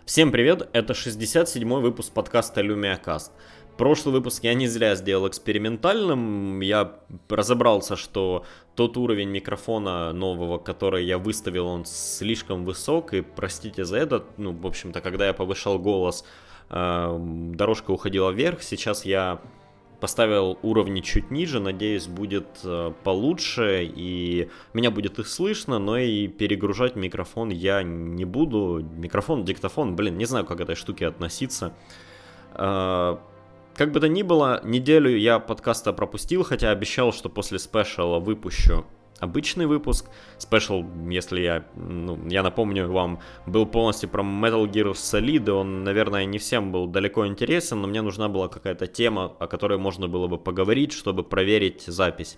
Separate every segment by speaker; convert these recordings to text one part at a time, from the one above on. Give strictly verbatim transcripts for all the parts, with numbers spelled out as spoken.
Speaker 1: Всем привет, это шестьдесят седьмой выпуск подкаста LumiaCast. Прошлый выпуск я не зря сделал экспериментальным, я разобрался, что тот уровень микрофона нового, который я выставил, он слишком высок, и простите за это, ну, в общем-то, когда я повышал голос, дорожка уходила вверх, сейчас я поставил уровни чуть ниже, надеюсь, будет получше, и меня будет их слышно, но и перегружать микрофон я не буду. Микрофон, диктофон, блин, не знаю, как к этой штуке относиться. Как бы то ни было, неделю я подкаста пропустил, хотя обещал, что после спешала выпущу обычный выпуск. Спешл, если я, ну, я напомню вам, был полностью про Metal Gear Solid, он, наверное, не всем был далеко интересен, но мне нужна была какая-то тема, о которой можно было бы поговорить, чтобы проверить запись.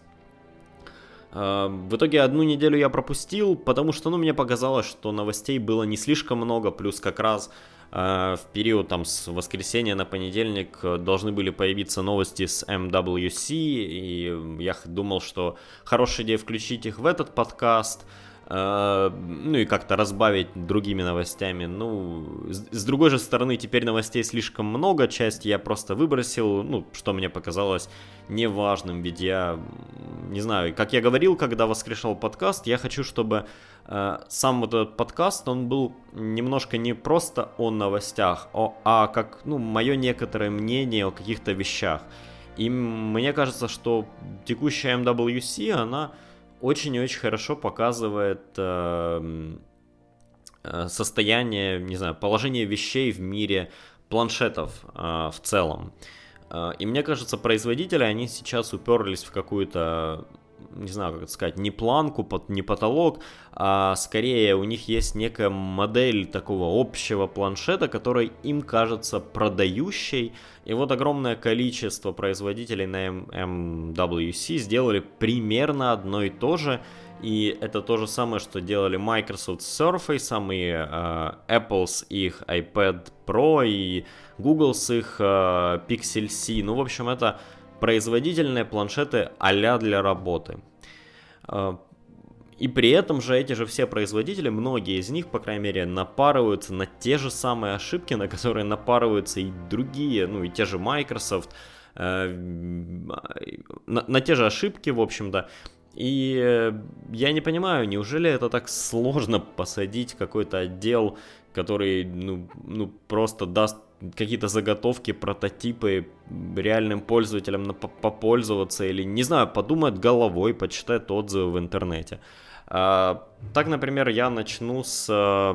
Speaker 1: В итоге одну неделю я пропустил, потому что, ну, мне показалось, что новостей было не слишком много, плюс как раз в период там с воскресенья на понедельник должны были появиться новости с эм дабл ю си, и я думал, что хорошая идея включить их в этот подкаст, ну и как-то разбавить другими новостями. Ну, с другой же стороны, теперь новостей слишком много, часть я просто выбросил, ну, что мне показалось неважным, ведь я, не знаю, как я говорил, когда воскрешал подкаст, я хочу, чтобы э, сам вот этот подкаст, он был немножко не просто о новостях, а, а как, ну, мое некоторое мнение о каких-то вещах. И мне кажется, что текущая эм дабл ю си, она очень и очень хорошо показывает э, состояние, не знаю, положение вещей в мире планшетов э, в целом. И мне кажется, производители, они сейчас уперлись в какую-то, не знаю, как это сказать, не планку, не потолок, а скорее у них есть некая модель такого общего планшета, который им кажется продающей. И вот огромное количество производителей на эм дабл ю си сделали примерно одно и то же. И это то же самое, что делали Microsoft с Surface, и э, Apple с их iPad Pro, и Google с их э, Pixel C. Ну, в общем, это производительные планшеты а-ля для работы. Э, и при этом же эти же все производители, многие из них, по крайней мере, напарываются на те же самые ошибки, на которые напарываются и другие, ну, и те же Microsoft, э, на, на те же ошибки, в общем-то. И я не понимаю, неужели это так сложно посадить какой-то отдел, который, ну, ну просто даст какие-то заготовки, прототипы реальным пользователям на попользоваться или, не знаю, подумает головой, почитает отзывы в интернете. А, так, например, я начну с а,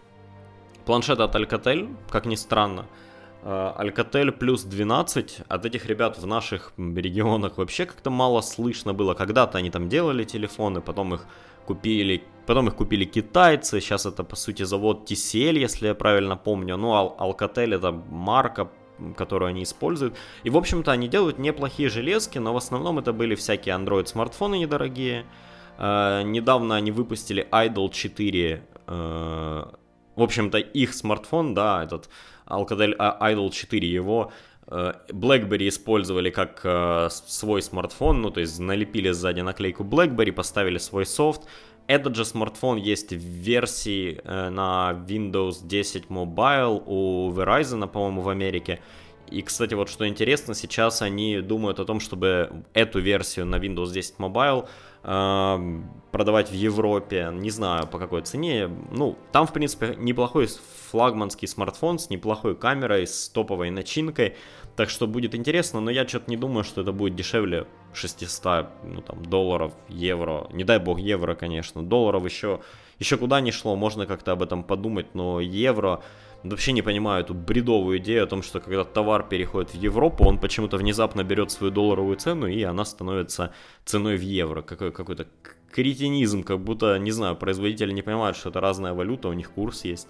Speaker 1: планшета от Alcatel, как ни странно. Alcatel плюс двенадцать, от этих ребят в наших регионах вообще как-то мало слышно было. Когда-то они там делали телефоны, потом их купили, потом их купили китайцы, сейчас это по сути завод ти си эл, если я правильно помню. Ну, Alcatel это марка, которую они используют. И, в общем-то, они делают неплохие железки, но в основном это были всякие Android смартфоны недорогие. Э, недавно они выпустили Idol четыре, э, в общем-то, их смартфон, да, этот Alcatel Idol четыре, его э, BlackBerry использовали как э, свой смартфон, ну, то есть налепили сзади наклейку BlackBerry, поставили свой софт. Этот же смартфон есть в версии э, на Windows десять Mobile у Verizon, по-моему, в Америке. И, кстати, вот что интересно, сейчас они думают о том, чтобы эту версию на Windows десять Mobile э, продавать в Европе. Не знаю, по какой цене. Ну, там, в принципе, неплохой флагманский смартфон с неплохой камерой, с топовой начинкой. Так что будет интересно, но я что-то не думаю, что это будет дешевле шестьсот, ну, там, долларов, евро. Не дай бог евро, конечно. Долларов еще, еще куда ни шло, можно как-то об этом подумать, но евро... Вообще не понимаю эту бредовую идею о том, что когда товар переходит в Европу, он почему-то внезапно берет свою долларовую цену, и она становится ценой в евро. Какой- какой-то кретинизм, как будто, не знаю, производители не понимают, что это разная валюта, у них курс есть.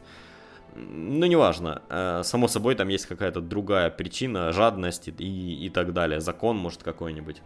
Speaker 1: Ну, неважно. Э, Само собой, там есть какая-то другая причина, жадность и, и так далее. Закон, может, какой-нибудь.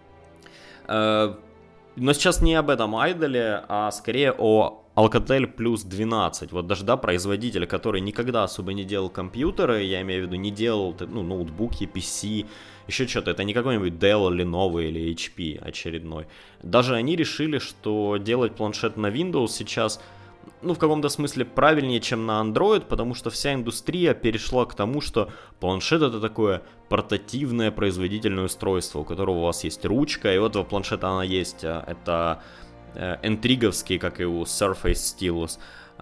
Speaker 1: Э, Но сейчас не об этом айдоле, а скорее о Alcatel плюс двенадцать. Вот даже, да, производитель, который никогда особо не делал компьютеры, я имею в виду, не делал, ну, ноутбуки, пи си, еще что-то. Это не какой-нибудь Dell, Lenovo или эйч пи очередной. Даже они решили, что делать планшет на Windows сейчас ну, в каком-то смысле правильнее, чем на Android, потому что вся индустрия перешла к тому, что планшет это такое портативное производительное устройство, у которого у вас есть ручка, и у этого планшета она есть, это энтриговский, как и у Surface Stylus,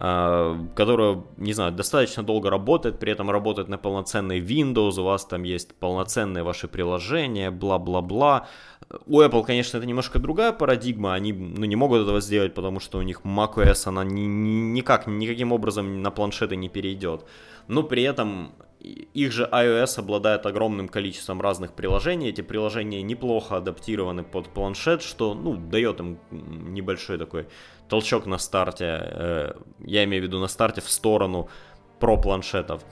Speaker 1: которая, не знаю, достаточно долго работает, при этом работает на полноценный Windows, у вас там есть полноценные ваши приложения, бла-бла-бла. У Apple, конечно, это немножко другая парадигма, они ну, не могут этого сделать, потому что у них macOS, она ни, ни, никак, никаким образом на планшеты не перейдет. Но при этом их же iOS обладает огромным количеством разных приложений, эти приложения неплохо адаптированы под планшет, что, ну, дает им небольшой такой толчок на старте, э, я имею в виду на старте в сторону про планшетов.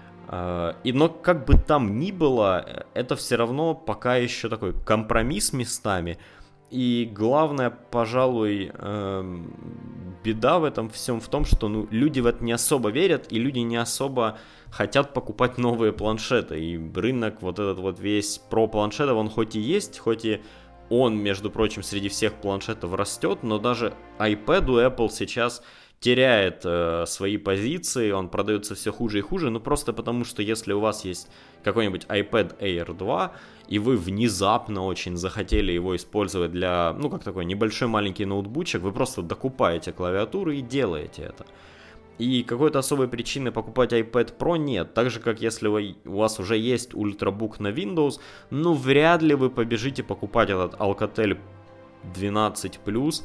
Speaker 1: Э, и, но как бы там ни было, это все равно пока еще такой компромисс местами. И главное, пожалуй, э, беда в этом всем в том, что ну, люди в это не особо верят, и люди не особо хотят покупать новые планшеты. И рынок вот этот вот весь про планшетов, он хоть и есть, хоть и он, между прочим, среди всех планшетов растет, но даже iPad у Apple сейчас теряет э, свои позиции, он продается все хуже и хуже, ну просто потому, что если у вас есть какой-нибудь iPad Air два, и вы внезапно очень захотели его использовать для, ну как такой небольшой маленький ноутбучек, вы просто докупаете клавиатуру и делаете это. И какой-то особой причины покупать iPad Pro нет. Так же, как если вы, у вас уже есть ультрабук на Windows, ну вряд ли вы побежите покупать этот Alcatel двенадцать плюс,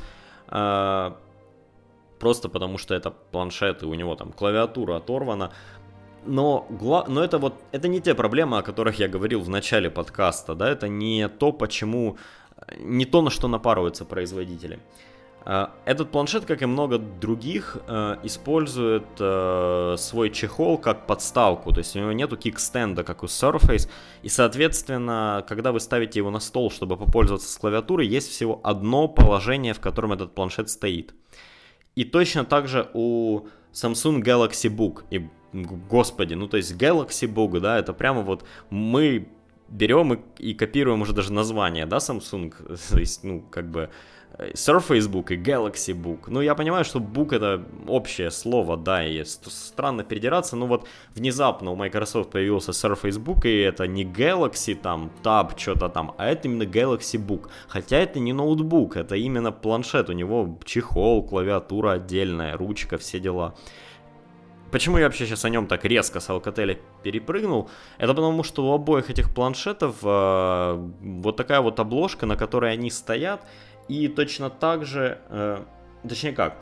Speaker 1: э, просто потому что это планшет, и у него там клавиатура оторвана. Но, но это вот, это не те проблемы, о которых я говорил в начале подкаста, да, это не то, почему, не то, на что напарываются производители. Этот планшет, как и много других, использует свой чехол как подставку, то есть у него нету кикстенда, как у Surface, и, соответственно, когда вы ставите его на стол, чтобы попользоваться с клавиатурой, есть всего одно положение, в котором этот планшет стоит. И точно так же у Samsung Galaxy Book, и, господи, ну то есть Galaxy Book, да, это прямо вот мы берем и, и копируем уже даже название, да, Samsung, то есть, ну, как бы Surface Book и Galaxy Book. Ну, я понимаю, что Book это общее слово, да, и странно передираться, но вот внезапно у Microsoft появился Surface Book, и это не Galaxy там, Tab, что-то там, а это именно Galaxy Book. Хотя это не ноутбук, это именно планшет, у него чехол, клавиатура отдельная, ручка, все дела. Почему я вообще сейчас о нем так резко с Alcatel перепрыгнул? Это потому, что у обоих этих планшетов э, вот такая вот обложка, на которой они стоят. И точно так же, э, точнее как,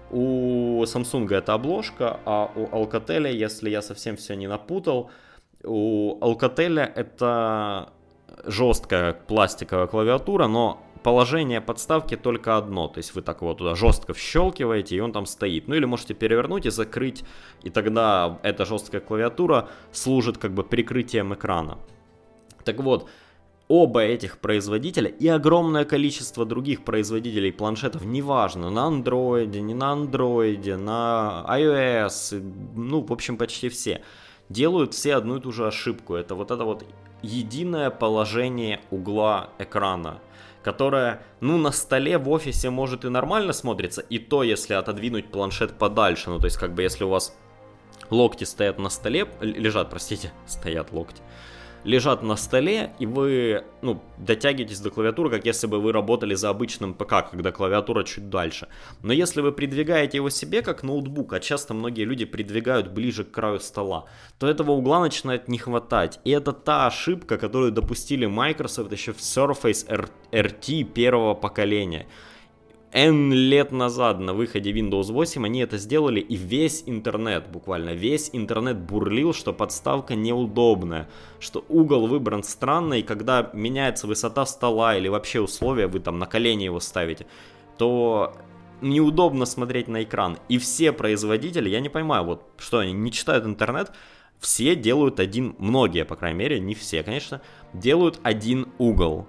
Speaker 1: у Samsung это обложка, а у Alcatel, если я совсем все не напутал, у Alcatel это жесткая пластиковая клавиатура, но положение подставки только одно, то есть вы так его туда жестко вщелкиваете, и он там стоит. Ну или можете перевернуть и закрыть, и тогда эта жесткая клавиатура служит как бы прикрытием экрана. Так вот, оба этих производителя и огромное количество других производителей планшетов, неважно, на Android, не на Android, на iOS, ну, в общем, почти все, делают все одну и ту же ошибку. Это вот это вот единое положение угла экрана, которое, ну, на столе в офисе может и нормально смотрится, и то, если отодвинуть планшет подальше, ну, то есть, как бы, если у вас локти стоят на столе, лежат, простите, стоят локти, лежат на столе, и вы, ну, дотягиваетесь до клавиатуры, как если бы вы работали за обычным ПК, когда клавиатура чуть дальше. Но если вы придвигаете его себе как ноутбук, а часто многие люди придвигают ближе к краю стола, то этого угла начинает не хватать. И это та ошибка, которую допустили Microsoft еще в Surface эр ти первого поколения. N лет назад на выходе Windows восемь они это сделали, и весь интернет, буквально весь интернет бурлил, что подставка неудобная, что угол выбран странно, и когда меняется высота стола или вообще условия, вы там на колени его ставите, то неудобно смотреть на экран. И все производители, я не понимаю, вот что они не читают интернет, все делают один, многие, по крайней мере, не все, конечно, делают один угол.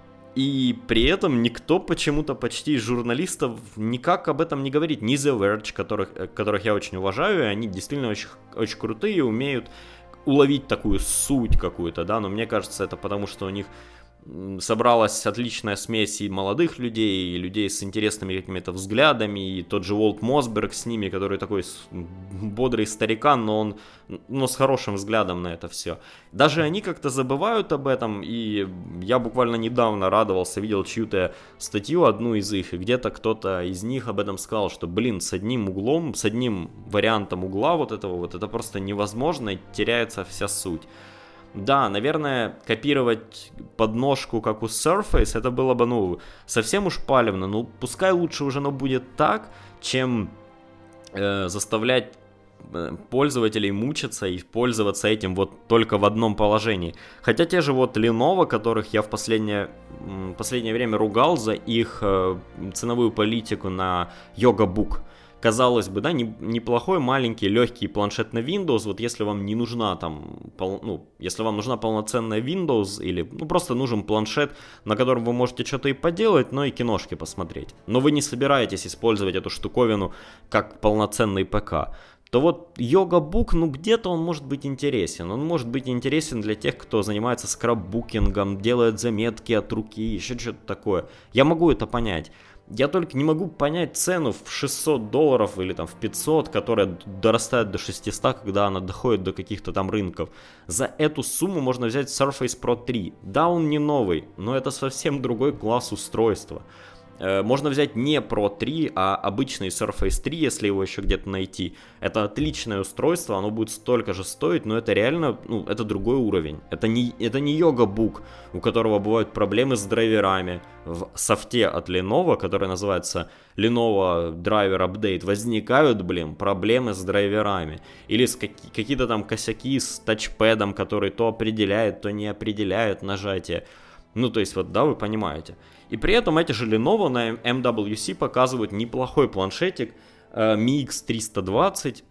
Speaker 1: И при этом никто почему-то почти из журналистов никак об этом не говорит. Ни The Verge, которых, которых я очень уважаю, и они действительно очень, очень крутые, умеют уловить такую суть какую-то, да, но мне кажется, это потому, что у них собралась отличная смесь и молодых людей, и людей с интересными какими-то взглядами, и тот же Уолт Мосберг с ними, который такой бодрый старикан, но он но с хорошим взглядом на это все. Даже они как-то забывают об этом, и я буквально недавно радовался, видел чью-то статью, одну из их, и где-то кто-то из них об этом сказал, что, блин, с одним углом, с одним вариантом угла вот этого вот, это просто невозможно, и теряется вся суть. Да, наверное, копировать подножку, как у Surface, это было бы, ну, совсем уж палевно. Ну, пускай лучше уже оно будет так, чем э, заставлять пользователей мучиться и пользоваться этим вот только в одном положении. Хотя те же вот Lenovo, которых я в последнее, последнее время ругал за их э, ценовую политику на Yoga Book. Казалось бы, да, не, неплохой, маленький, легкий планшет на Windows, вот если вам не нужна там, пол, ну, если вам нужна полноценная Windows или, ну, просто нужен планшет, на котором вы можете что-то и поделать, но и киношки посмотреть, но вы не собираетесь использовать эту штуковину как полноценный ПК, то вот Yoga Book, ну, где-то он может быть интересен, он может быть интересен для тех, кто занимается скраббукингом, делает заметки от руки, еще что-то такое, я могу это понять. Я только не могу понять цену в шестьсот долларов или там в пятьсот, которая дорастает до шестисот, когда она доходит до каких-то там рынков. За эту сумму можно взять Surface Pro три. Да, он не новый, но это совсем другой класс устройства. Можно взять не Pro три, а обычный Surface три, если его еще где-то найти. Это отличное устройство, оно будет столько же стоить, но это реально, ну, это другой уровень. Это не, это не Yoga Book, у которого бывают проблемы с драйверами. В софте от Lenovo, который называется Lenovo Driver Update, возникают, блин, проблемы с драйверами. Или с какие- какие-то там косяки с тачпэдом, который то определяет, то не определяет нажатие. Ну, то есть, вот, да, вы понимаете. И при этом эти же Lenovo на эм дабл ю си показывают неплохой планшетик э, ми икс триста двадцать.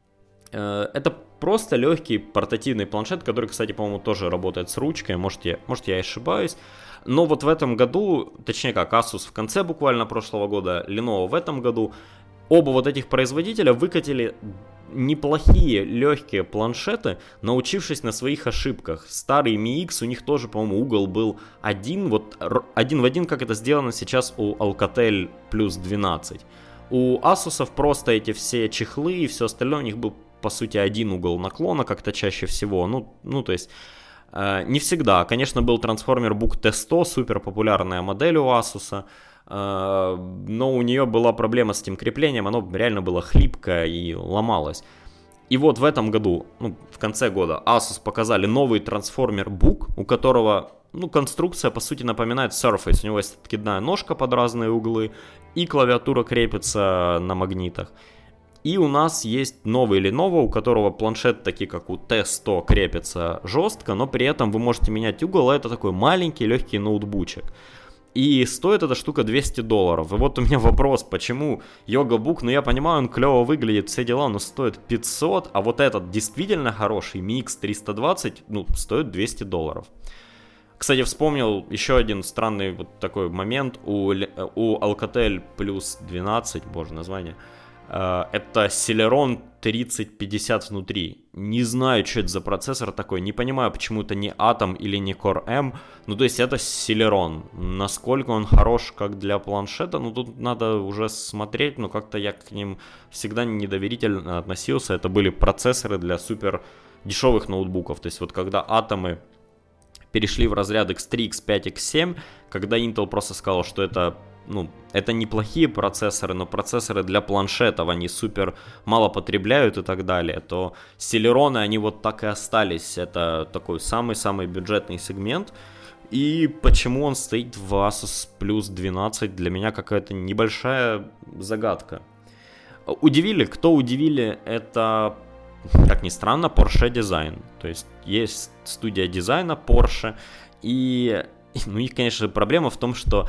Speaker 1: Э, это просто легкий портативный планшет, который, кстати, по-моему, тоже работает с ручкой. Может, я, может, я ошибаюсь. Но вот в этом году, точнее как, Asus в конце буквально прошлого года, Lenovo в этом году, оба вот этих производителя выкатили неплохие легкие планшеты, научившись на своих ошибках. Старый ми икс, у них тоже, по-моему, угол был один, вот один в один, как это сделано сейчас у Alcatel плюс двенадцать. У Asus просто эти все чехлы и все остальное, у них был, по сути, один угол наклона, как-то чаще всего. Ну, ну то есть, э, не всегда. Конечно, был трансформер Book ти сто, супер популярная модель у Asus, но у нее была проблема с этим креплением, оно реально было хлипкое и ломалось. И вот в этом году, ну, в конце года, Asus показали новый трансформер Book, у которого, ну, конструкция, по сути, напоминает Surface. У него есть откидная ножка под разные углы, и клавиатура крепится на магнитах. И у нас есть новый Lenovo, у которого планшет, такие как у ти сто, крепится жестко, но при этом вы можете менять угол, а это такой маленький легкий ноутбучек. И стоит эта штука двести долларов. И вот у меня вопрос, почему Yoga Book, ну я понимаю, он клево выглядит, все дела, но стоит пятьсот, а вот этот действительно хороший ми икс триста двадцать, ну, стоит двести долларов. Кстати, вспомнил еще один странный вот такой момент у, у Alcatel плюс двенадцать, боже, название. Это Celeron тридцать пятьдесят внутри. Не знаю, что это за процессор такой. Не понимаю, почему это не Atom или не Core M. Ну, то есть это Celeron. Насколько он хорош как для планшета, ну, тут надо уже смотреть. Но как-то я к ним всегда недоверительно относился. Это были процессоры для супер дешевых ноутбуков. То есть вот когда Atom перешли в разряд икс три, икс пять, икс семь, когда Intel просто сказал, что это... Ну, это неплохие процессоры, но процессоры для планшетов, они супер мало потребляют и так далее, то Celeron, они вот так и остались. Это такой самый-самый бюджетный сегмент. И почему он стоит в Asus плюс двенадцать, для меня какая-то небольшая загадка. Удивили, кто удивили, это, как ни странно, Porsche Design. То есть есть студия дизайна Porsche, и, ну, их, конечно, проблема в том, что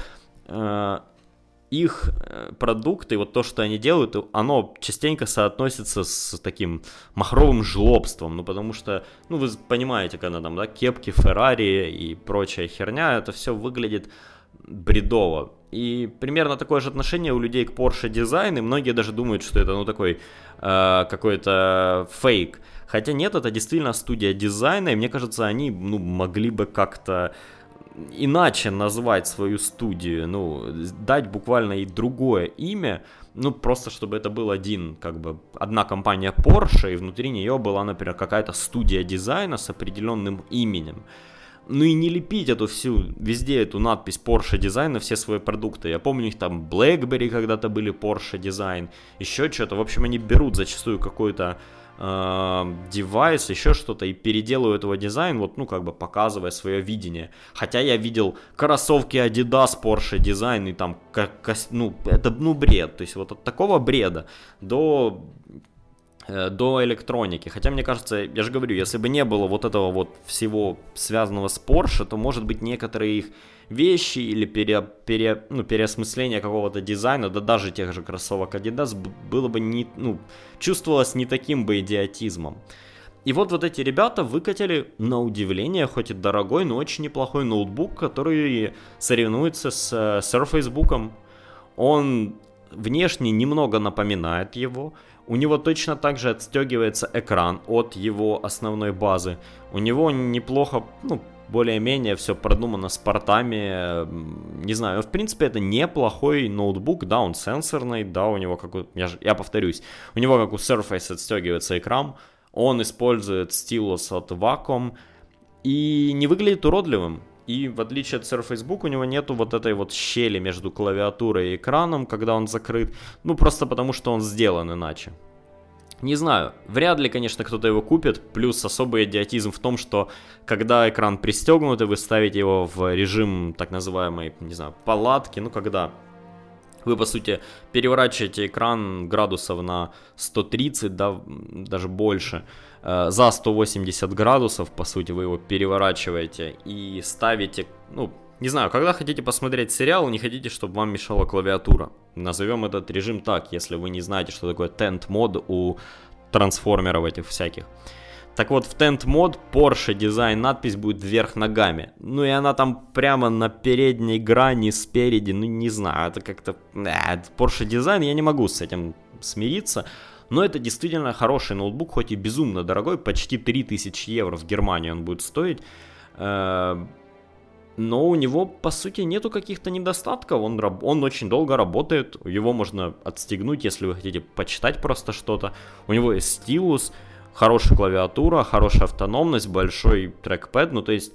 Speaker 1: их продукты, вот то, что они делают, оно частенько соотносится с таким махровым жлобством, ну, потому что, ну, вы понимаете, когда там, да, кепки, Феррари и прочая херня, это все выглядит бредово. И примерно такое же отношение у людей к Porsche Design, и многие даже думают, что это, ну, такой э, какой-то фейк. Хотя нет, это действительно студия дизайна, и мне кажется, они, ну, могли бы как-то иначе назвать свою студию, ну, дать буквально и другое имя, ну, просто чтобы это был один, как бы, одна компания Porsche, и внутри нее была, например, какая-то студия дизайна с определенным именем. Ну и не лепить эту всю, везде эту надпись Porsche Design на все свои продукты. Я помню, их там BlackBerry когда-то были Porsche Design, еще что-то. В общем, они берут зачастую какой-то э, девайс, еще что-то, и переделывают его дизайн, вот, ну, как бы показывая свое видение. Хотя я видел кроссовки Adidas Porsche Design, и там, как, ну, это, ну, бред. То есть вот от такого бреда до... до электроники. Хотя, мне кажется, я же говорю, если бы не было вот этого вот всего связанного с Porsche, то, может быть, некоторые их вещи или пере, пере, ну, переосмысление какого-то дизайна, да даже тех же кроссовок Adidas, было бы не, ну, чувствовалось не таким бы идиотизмом. И вот вот эти ребята выкатили, на удивление, хоть и дорогой, но очень неплохой ноутбук, который соревнуется с Surface Book. Он внешне немного напоминает его. У него точно так же отстегивается экран от его основной базы. У него неплохо, ну, более-менее все продумано с портами. Не знаю, в принципе, это неплохой ноутбук. Да, он сенсорный, да, у него, как у, я, я повторюсь, у него, как у Surface, отстегивается экран. Он использует стилус от Wacom и не выглядит уродливым. И в отличие от Surface Book у него нету вот этой вот щели между клавиатурой и экраном, когда он закрыт. Ну, просто потому, что он сделан иначе. Не знаю, вряд ли, конечно, кто-то его купит. Плюс особый идиотизм в том, что когда экран пристегнут, и вы ставите его в режим так называемой, не знаю, палатки, ну, когда вы, по сути, переворачиваете экран градусов на сто тридцать, да, даже больше, за сто восемьдесят градусов, по сути, вы его переворачиваете и ставите, ну, не знаю, когда хотите посмотреть сериал, не хотите, чтобы вам мешала клавиатура. Назовем этот режим так, если вы не знаете, что такое Tent Mode у трансформеров этих всяких. Так вот, в Tent Mode Porsche Design надпись будет вверх ногами. Ну и она там прямо на передней грани спереди, ну не знаю, это как-то... Э, Porsche Design, я не могу с этим смириться. Но это действительно хороший ноутбук, хоть и безумно дорогой, почти три тысячи евро в Германии он будет стоить. Но у него, по сути, нету каких-то недостатков, он, он очень долго работает, его можно отстегнуть, если вы хотите почитать просто что-то. У него есть стилус, хорошая клавиатура, хорошая автономность, большой трекпэд, ну то есть...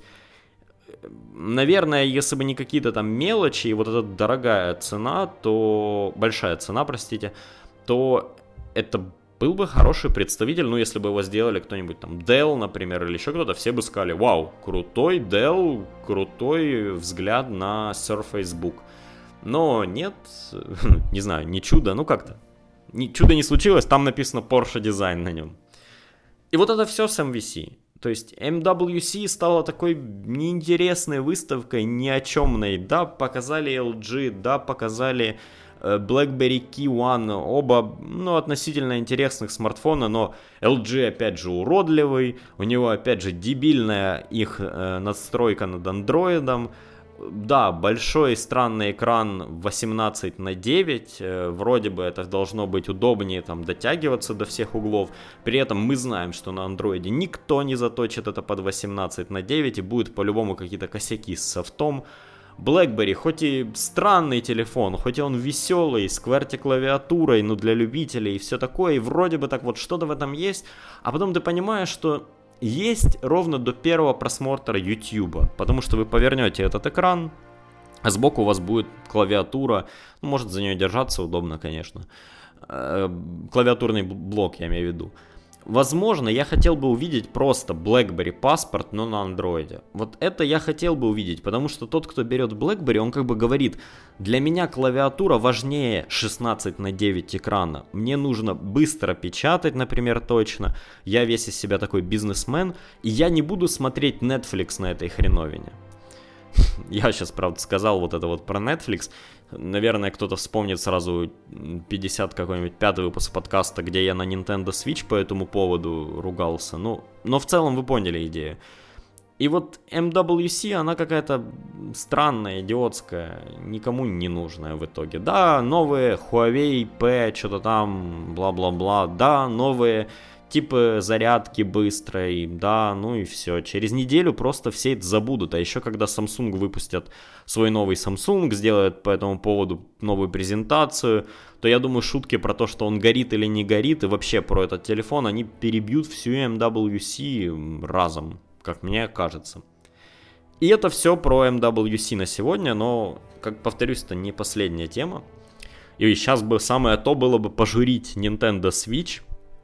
Speaker 1: Наверное, если бы не какие-то там мелочи и вот эта дорогая цена, то... Большая цена, простите, то... Это был бы хороший представитель, ну, если бы его сделали кто-нибудь там, Dell, например, или еще кто-то, все бы сказали, вау, крутой Dell, крутой взгляд на Surface Book. Но нет, не знаю, не чудо, ну как-то, не, чудо не случилось, там написано Porsche Design на нем. И вот это все с эм ви си. То есть эм дабл ю си стала такой неинтересной выставкой, ни о чемной. Да, показали эл джи, да, показали... BlackBerry Key One, оба, ну, относительно интересных смартфона, но эл джи, опять же, уродливый, у него, опять же, дебильная их э, надстройка над андроидом, да, большой странный экран восемнадцать на девять, э, вроде бы это должно быть удобнее, там, дотягиваться до всех углов, при этом мы знаем, что на андроиде никто не заточит это под восемнадцать на девять, и будет по-любому какие-то косяки с софтом. BlackBerry, хоть и странный телефон, хоть и он веселый, с кверти-клавиатурой, ну для любителей и все такое, и вроде бы так вот что-то в этом есть, а потом ты понимаешь, что есть ровно до первого просмотра YouTube, потому что вы повернете этот экран, а сбоку у вас будет клавиатура, ну, может за нее держаться удобно, конечно, клавиатурный блок, я имею в виду. Возможно, я хотел бы увидеть просто BlackBerry паспорт, но на андроиде. Вот это я хотел бы увидеть, потому что тот, кто берет BlackBerry, он как бы говорит, для меня клавиатура важнее шестнадцать на девять экрана. Мне нужно быстро печатать, например, точно. Я весь из себя такой бизнесмен, и я не буду смотреть Netflix на этой хреновине. Я сейчас, правда, сказал вот это вот про Netflix. Наверное, кто-то вспомнит сразу пятьдесят какой-нибудь пятый выпуск подкаста, где я на Nintendo Switch по этому поводу ругался. Ну, но в целом вы поняли идею. И вот эм дабл ю си, она какая-то странная, идиотская, никому не нужная в итоге. Да, новые Huawei P, что-то там, бла-бла-бла. Да, новые типа зарядки быстрой, да, ну и все. Через неделю просто все это забудут. А еще когда Samsung выпустят свой новый Samsung, сделают по этому поводу новую презентацию, то я думаю, шутки про то, что он горит или не горит, и вообще про этот телефон, они перебьют всю эм дабл ю си разом, как мне кажется. И это все про эм дабл ю си на сегодня, но, как повторюсь, это не последняя тема. И сейчас бы самое то было бы пожурить Nintendo Switch.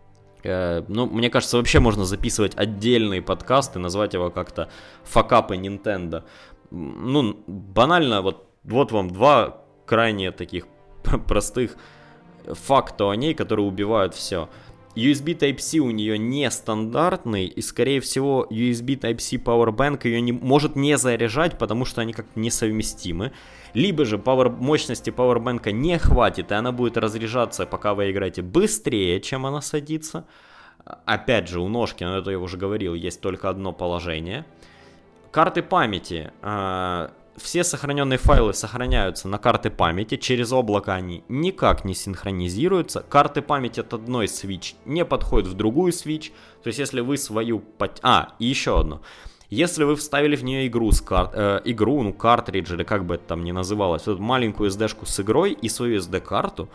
Speaker 1: Э, ну, мне кажется, вообще можно записывать отдельный подкаст и назвать его как-то «Факапы Nintendo». Ну, банально, вот, вот вам два крайне таких простых факта о ней, которые убивают все. ю эс би Type-C у нее нестандартный, и, скорее всего, ю эс би Type-C Powerbank ее не, может не заряжать, потому что они как-то несовместимы. Либо же power, мощности Powerbank не хватит, и она будет разряжаться, пока вы играете, быстрее, чем она садится. Опять же, у ножки, но это я уже говорил, есть только одно положение. Карты памяти. Все сохраненные файлы сохраняются на карты памяти, через облако они никак не синхронизируются. Карты памяти от одной Switch не подходят в другую Switch. То есть если вы свою... А, и еще одно. Если вы вставили в нее игру, с кар... э, игру, ну картридж или как бы это там ни называлось, вот маленькую эс ди-шку с игрой и свою эс ди-карту,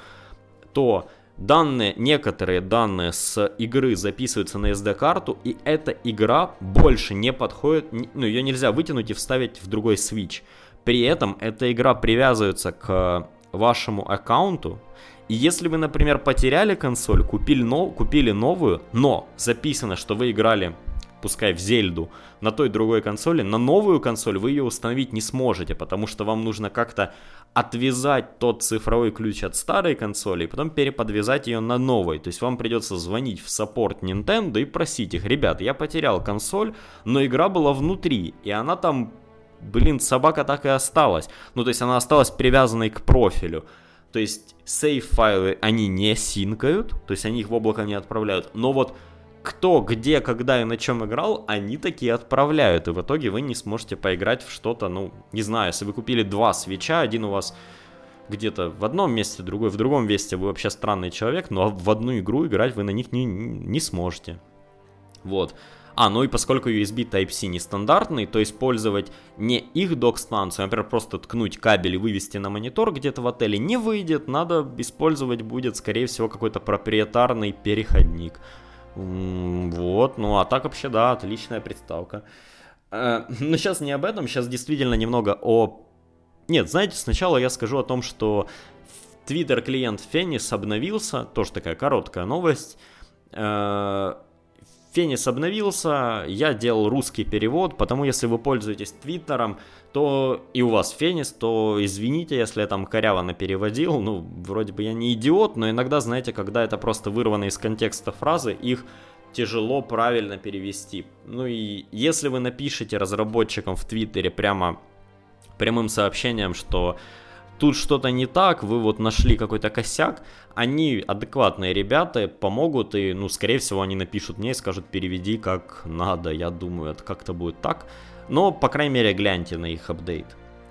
Speaker 1: то данные, некоторые данные с игры записываются на эс ди-карту, и эта игра больше не подходит, ну ее нельзя вытянуть и вставить в другой Switch. При этом эта игра привязывается к вашему аккаунту, и если вы, например, потеряли консоль, купили, нов... купили новую, но записано, что вы играли, пускай в Зельду, на той другой консоли, на новую консоль вы ее установить не сможете, потому что вам нужно как-то отвязать тот цифровой ключ от старой консоли и потом переподвязать ее на новой. То есть вам придется звонить в саппорт Nintendo и просить их: ребят, я потерял консоль, но игра была внутри, и она там, блин, собака так и осталась. Ну, то есть она осталась привязанной к профилю. То есть сейв-файлы они не синкают, то есть они их в облако не отправляют, но вот кто, где, когда и на чем играл, они такие отправляют. И в итоге вы не сможете поиграть в что-то, ну, не знаю, если вы купили два свитча, один у вас где-то в одном месте, другой в другом месте, вы вообще странный человек, но в одну игру играть вы на них не, не сможете. Вот. А, ну и поскольку ю эс би Type-C нестандартный, то использовать не их док-станцию, а, например, просто ткнуть кабель и вывести на монитор где-то в отеле не выйдет, надо использовать будет, скорее всего, какой-то проприетарный переходник. Вот, ну а так вообще, да, отличная приставка. Но сейчас не об этом, сейчас действительно немного о... Нет, знаете, сначала я скажу о том, что Twitter клиент Phoenix обновился, тоже такая короткая новость. Phoenix обновился, я делал русский перевод, потому если вы пользуетесь Твиттером, то и у вас Phoenix, то извините, если я там коряво переводил, ну, вроде бы я не идиот, но иногда, знаете, когда это просто вырвано из контекста фразы, их тяжело правильно перевести. Ну и если вы напишите разработчикам в Твиттере прямо прямым сообщением, что тут что-то не так, вы вот нашли какой-то косяк, они адекватные ребята, помогут, и, ну, скорее всего, они напишут мне и скажут: переведи как надо, я думаю, это как-то будет так. Но, по крайней мере, гляньте на их апдейт.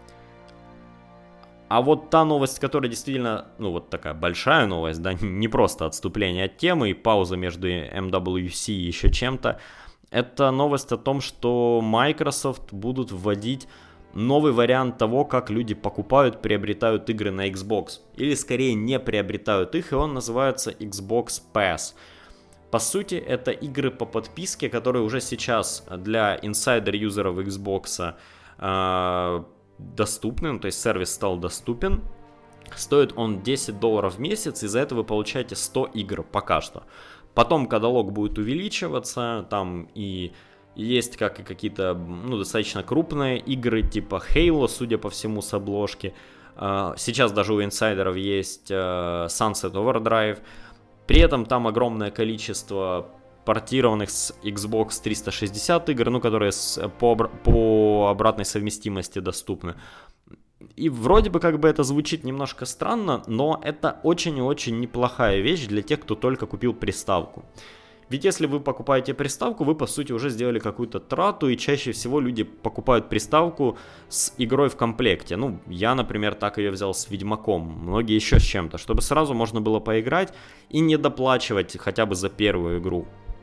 Speaker 1: А вот та новость, которая действительно, ну, вот такая большая новость, да, не просто отступление от темы и пауза между эм дабл ю си и еще чем-то, это новость о том, что Microsoft будут вводить новый вариант того, как люди покупают, приобретают игры на Xbox. Или скорее не приобретают их, и он называется Xbox Pass. По сути, это игры по подписке, которые уже сейчас для инсайдер-юзеров Xbox э, доступны, ну, то есть сервис стал доступен. Стоит он десять долларов в месяц, и за это вы получаете сто игр пока что. Потом каталог будет увеличиваться, там и... Есть как и какие-то, ну, достаточно крупные игры, типа Halo, судя по всему, с обложки. Сейчас даже у инсайдеров есть Sunset Overdrive. При этом там огромное количество портированных с Xbox триста шестьдесят игр, ну, которые с, по, по обратной совместимости доступны. И вроде бы как бы это звучит немножко странно, но это очень и очень неплохая вещь для тех, кто только купил приставку. Ведь если вы покупаете приставку, вы по сути уже сделали какую-то трату, и чаще всего люди покупают приставку с игрой в комплекте. Ну, я, например, так ее взял с Ведьмаком, многие еще с чем-то, чтобы сразу можно было поиграть и не доплачивать хотя бы за первую игру.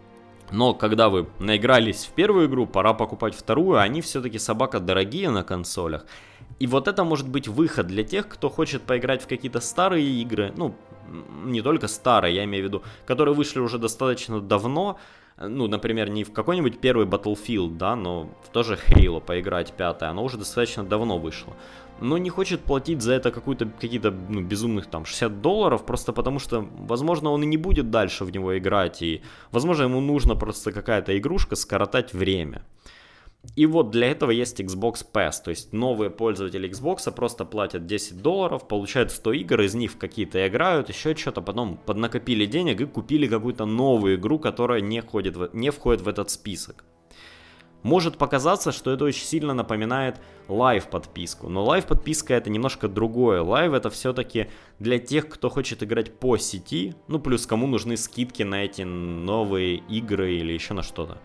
Speaker 1: Но когда вы наигрались в первую игру, пора покупать вторую, они все-таки собака дорогие на консолях. И вот это может быть выход для тех, кто хочет поиграть в какие-то старые игры, ну, не только старые, я имею в виду, которые вышли уже достаточно давно, ну, например, не в какой-нибудь первый Battlefield, да, но в тоже Halo поиграть пятое, оно уже достаточно давно вышло. Но не хочет платить за это какую-то, какие-то ну, безумных там шестьдесят долларов, просто потому что, возможно, он и не будет дальше в него играть, и, возможно, ему нужно просто какая-то игрушка скоротать время. И вот для этого есть Xbox Pass, то есть новые пользователи Xbox просто платят десять долларов, получают сто игр, из них какие-то играют, еще что-то, потом поднакопили денег и купили какую-то новую игру, которая не входит в, не входит в этот список. Может показаться, что это очень сильно напоминает Live подписку, но Live подписка это немножко другое. Live это все-таки для тех, кто хочет играть по сети, ну плюс кому нужны скидки на эти новые игры или еще на что-то.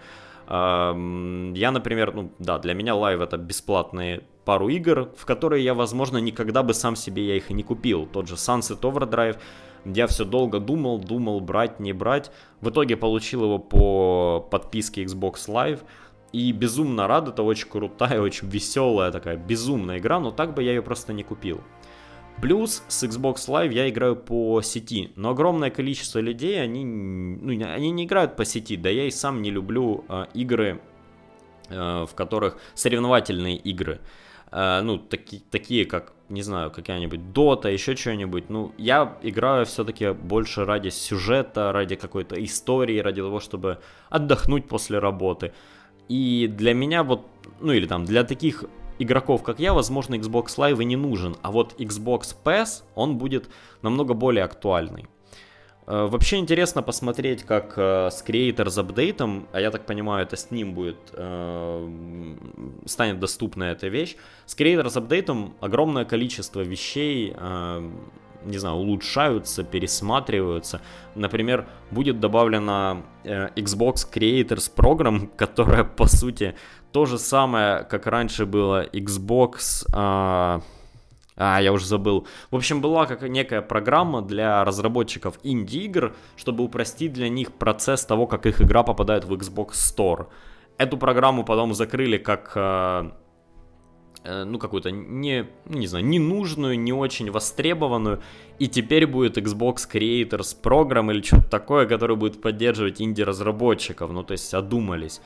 Speaker 1: Я, например, ну да, для меня Live это бесплатные пару игр, в которые я, возможно, никогда бы сам себе я их и не купил. Тот же Sunset Overdrive, я все долго думал, думал, брать, не брать. В итоге получил его по подписке Xbox Live. И безумно рад, это очень крутая, очень веселая такая, безумная игра, но так бы я ее просто не купил. Плюс с Xbox Live я играю по сети, но огромное количество людей, они, ну, они не играют по сети, да я и сам не люблю э, игры, э, в которых соревновательные игры, э, ну, таки, такие как, не знаю, какая-нибудь Dota, еще что-нибудь, ну, я играю все-таки больше ради сюжета, ради какой-то истории, ради того, чтобы отдохнуть после работы. И для меня вот, ну или там для таких игроков, как я, возможно, Xbox Live и не нужен, а вот Xbox Pass, он будет намного более актуальный. Вообще интересно посмотреть, как с Creators Update, а я так понимаю, это с ним будет, станет доступна эта вещь. С Creators Update огромное количество вещей, не знаю, улучшаются, пересматриваются. Например, будет добавлена э, Xbox Creators Program, которая, по сути, то же самое, как раньше было Xbox... Э, а, я уже забыл. В общем, была как некая программа для разработчиков инди-игр, чтобы упростить для них процесс того, как их игра попадает в Xbox Store. Эту программу потом закрыли как... Э, ну, какую-то не, не знаю, ненужную, не очень востребованную, и теперь будет Xbox Creators Program или что-то такое, которое будет поддерживать инди-разработчиков, ну, то есть одумались.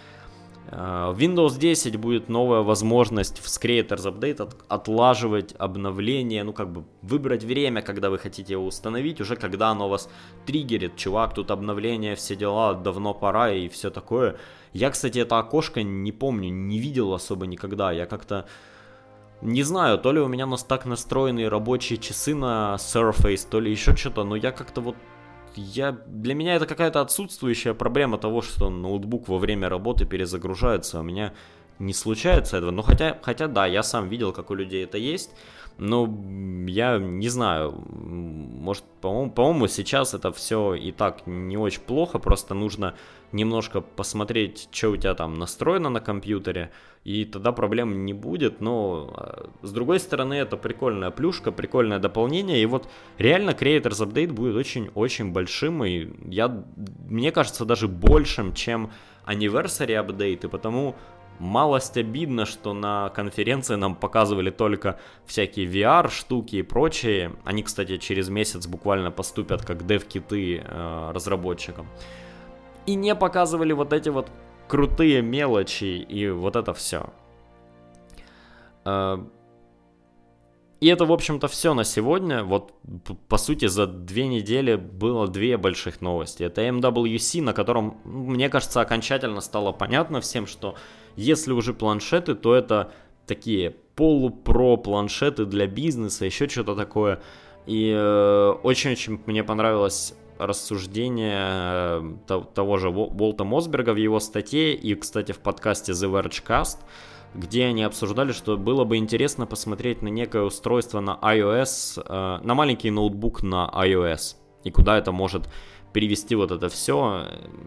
Speaker 1: В Windows десять будет новая возможность в Creators Update от, отлаживать обновление, ну, как бы выбрать время, когда вы хотите его установить, уже когда оно вас триггерит, чувак, тут обновление, все дела, давно пора и все такое. Я, кстати, это окошко не помню, не видел особо никогда, я как-то... Не знаю, то ли у меня нас так настроены рабочие часы на Surface, то ли еще что-то, но я как-то вот... Я... Для меня это какая-то отсутствующая проблема того, что ноутбук во время работы перезагружается, у меня не случается этого. Ну, хотя, хотя да, я сам видел, как у людей это есть, но я не знаю, может, по-моему, по-моему, сейчас это все и так не очень плохо, просто нужно немножко посмотреть, что у тебя там настроено на компьютере, и тогда проблем не будет, но с другой стороны это прикольная плюшка, прикольное дополнение, и вот реально Creators Update будет очень-очень большим, и я, мне кажется, даже большим, чем Anniversary Update, и потому малость обидно, что на конференции нам показывали только всякие ви ар штуки и прочее, они, кстати, через месяц буквально поступят как дев-киты э, разработчикам, и не показывали вот эти вот крутые мелочи и вот это все. И это, в общем-то, все на сегодня. Вот, по сути, за две недели было две больших новости. Это эм дабл ю си, на котором, мне кажется, окончательно стало понятно всем, что если уже планшеты, то это такие полупро планшеты для бизнеса, еще что-то такое. И э, очень-очень мне понравилось рассуждение того же Уолта Мосберга в его статье и, кстати, в подкасте The Vergecast, где они обсуждали, что было бы интересно посмотреть на некое устройство на iOS, на маленький ноутбук на iOS, и куда это может перевести вот это все.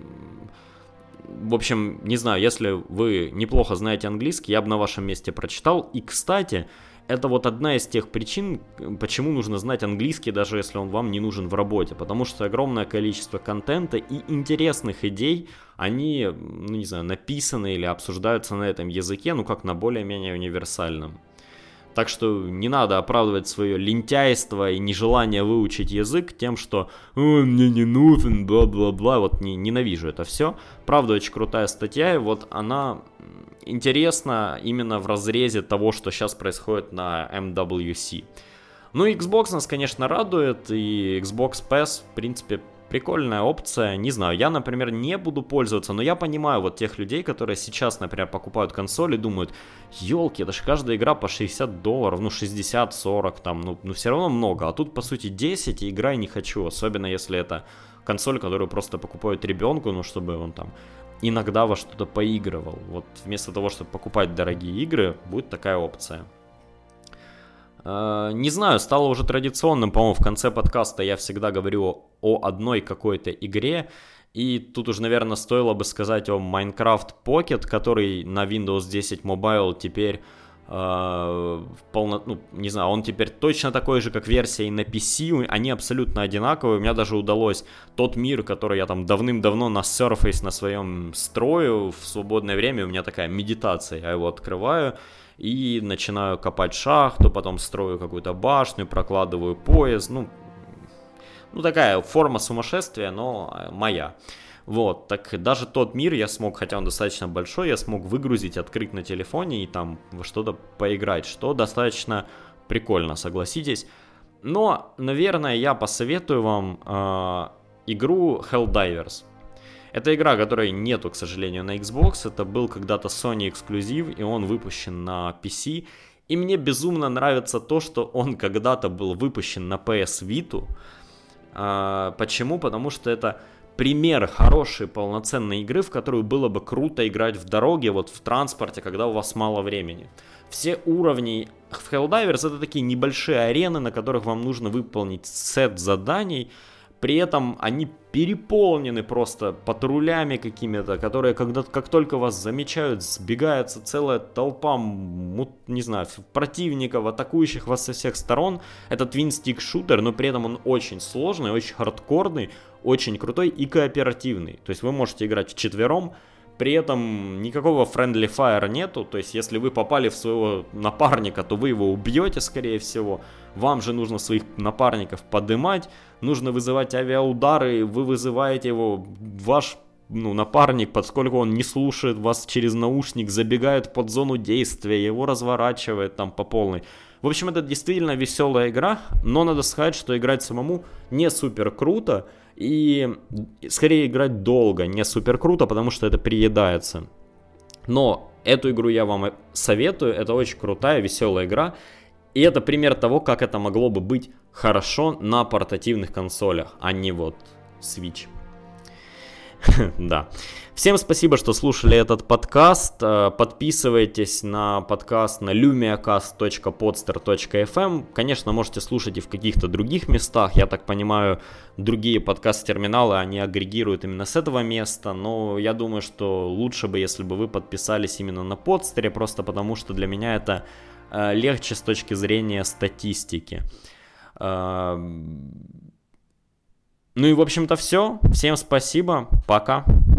Speaker 1: В общем, не знаю, если вы неплохо знаете английский, я бы на вашем месте прочитал. И, кстати, это вот одна из тех причин, почему нужно знать английский, даже если он вам не нужен в работе. Потому что огромное количество контента и интересных идей, они, ну не знаю, написаны или обсуждаются на этом языке, ну как на более-менее универсальном. Так что не надо оправдывать свое лентяйство и нежелание выучить язык тем, что «Ой, мне не нужен, бла-бла-бла», вот не, ненавижу это все. Правда, очень крутая статья, и вот она интересна именно в разрезе того, что сейчас происходит на эм дабл ю си. Ну, Xbox нас, конечно, радует, и Xbox Pass, в принципе, прикольная опция, не знаю, я, например, не буду пользоваться, но я понимаю вот тех людей, которые сейчас, например, покупают консоль и думают, елки, это же каждая игра по шестьдесят долларов, ну шестьдесят сорок там, ну, ну все равно много, а тут по сути десять и играй не хочу, особенно если это консоль, которую просто покупают ребенку, ну чтобы он там иногда во что-то поигрывал, вот вместо того, чтобы покупать дорогие игры, будет такая опция. Не знаю, стало уже традиционным, по-моему, в конце подкаста я всегда говорю о одной какой-то игре, и тут уже, наверное, стоило бы сказать о Minecraft Pocket, который на Windows десять Mobile теперь, э, полно, ну, не знаю, он теперь точно такой же, как версия и на пи си, они абсолютно одинаковые, у меня даже удалось тот мир, который я там давным-давно на Surface на своем строю в свободное время, у меня такая медитация, я его открываю, и начинаю копать шахту, потом строю какую-то башню, прокладываю пояс, ну, ну такая форма сумасшествия, но моя. Вот, так даже тот мир я смог, хотя он достаточно большой, я смог выгрузить, открыть на телефоне и там во что-то поиграть, что достаточно прикольно, согласитесь. Но, наверное, я посоветую вам э, игру Helldivers. Это игра, которой нету, к сожалению, на Xbox. Это был когда-то Sony эксклюзив, и он выпущен на пи си. И мне безумно нравится то, что он когда-то был выпущен на пи эс Vita. А, почему? Потому что это пример хорошей полноценной игры, в которую было бы круто играть в дороге, вот в транспорте, когда у вас мало времени. Все уровни в Helldivers это такие небольшие арены, на которых вам нужно выполнить сет заданий. При этом они переполнены просто патрулями какими-то, которые, когда, как только вас замечают, сбегается целая толпа, не знаю, противников, атакующих вас со всех сторон. Это твин-стик шутер, но при этом он очень сложный, очень хардкорный, очень крутой и кооперативный. То есть вы можете играть вчетвером, при этом никакого friendly fire нету, то есть если вы попали в своего напарника, то вы его убьете, скорее всего. Вам же нужно своих напарников подымать, нужно вызывать авиаудары, вы вызываете его, ваш ну, напарник, поскольку он не слушает вас через наушник, забегает под зону действия, его разворачивает там по полной. В общем, это действительно веселая игра, но надо сказать, что играть самому не супер круто. И скорее играть долго, не супер круто, потому что это приедается. Но эту игру я вам советую, это очень крутая, веселая игра. И это пример того, как это могло бы быть хорошо на портативных консолях, а не вот Switch. Да. Всем спасибо, что слушали этот подкаст. Подписывайтесь на подкаст на lumiacast точка podster точка эф эм. Конечно, можете слушать и в каких-то других местах. Я так понимаю, другие подкаст-терминалы, они агрегируют именно с этого места. Но я думаю, что лучше бы, если бы вы подписались именно на Podster, просто потому что для меня это легче с точки зрения статистики. Ну и, в общем-то, все. Всем спасибо. Пока.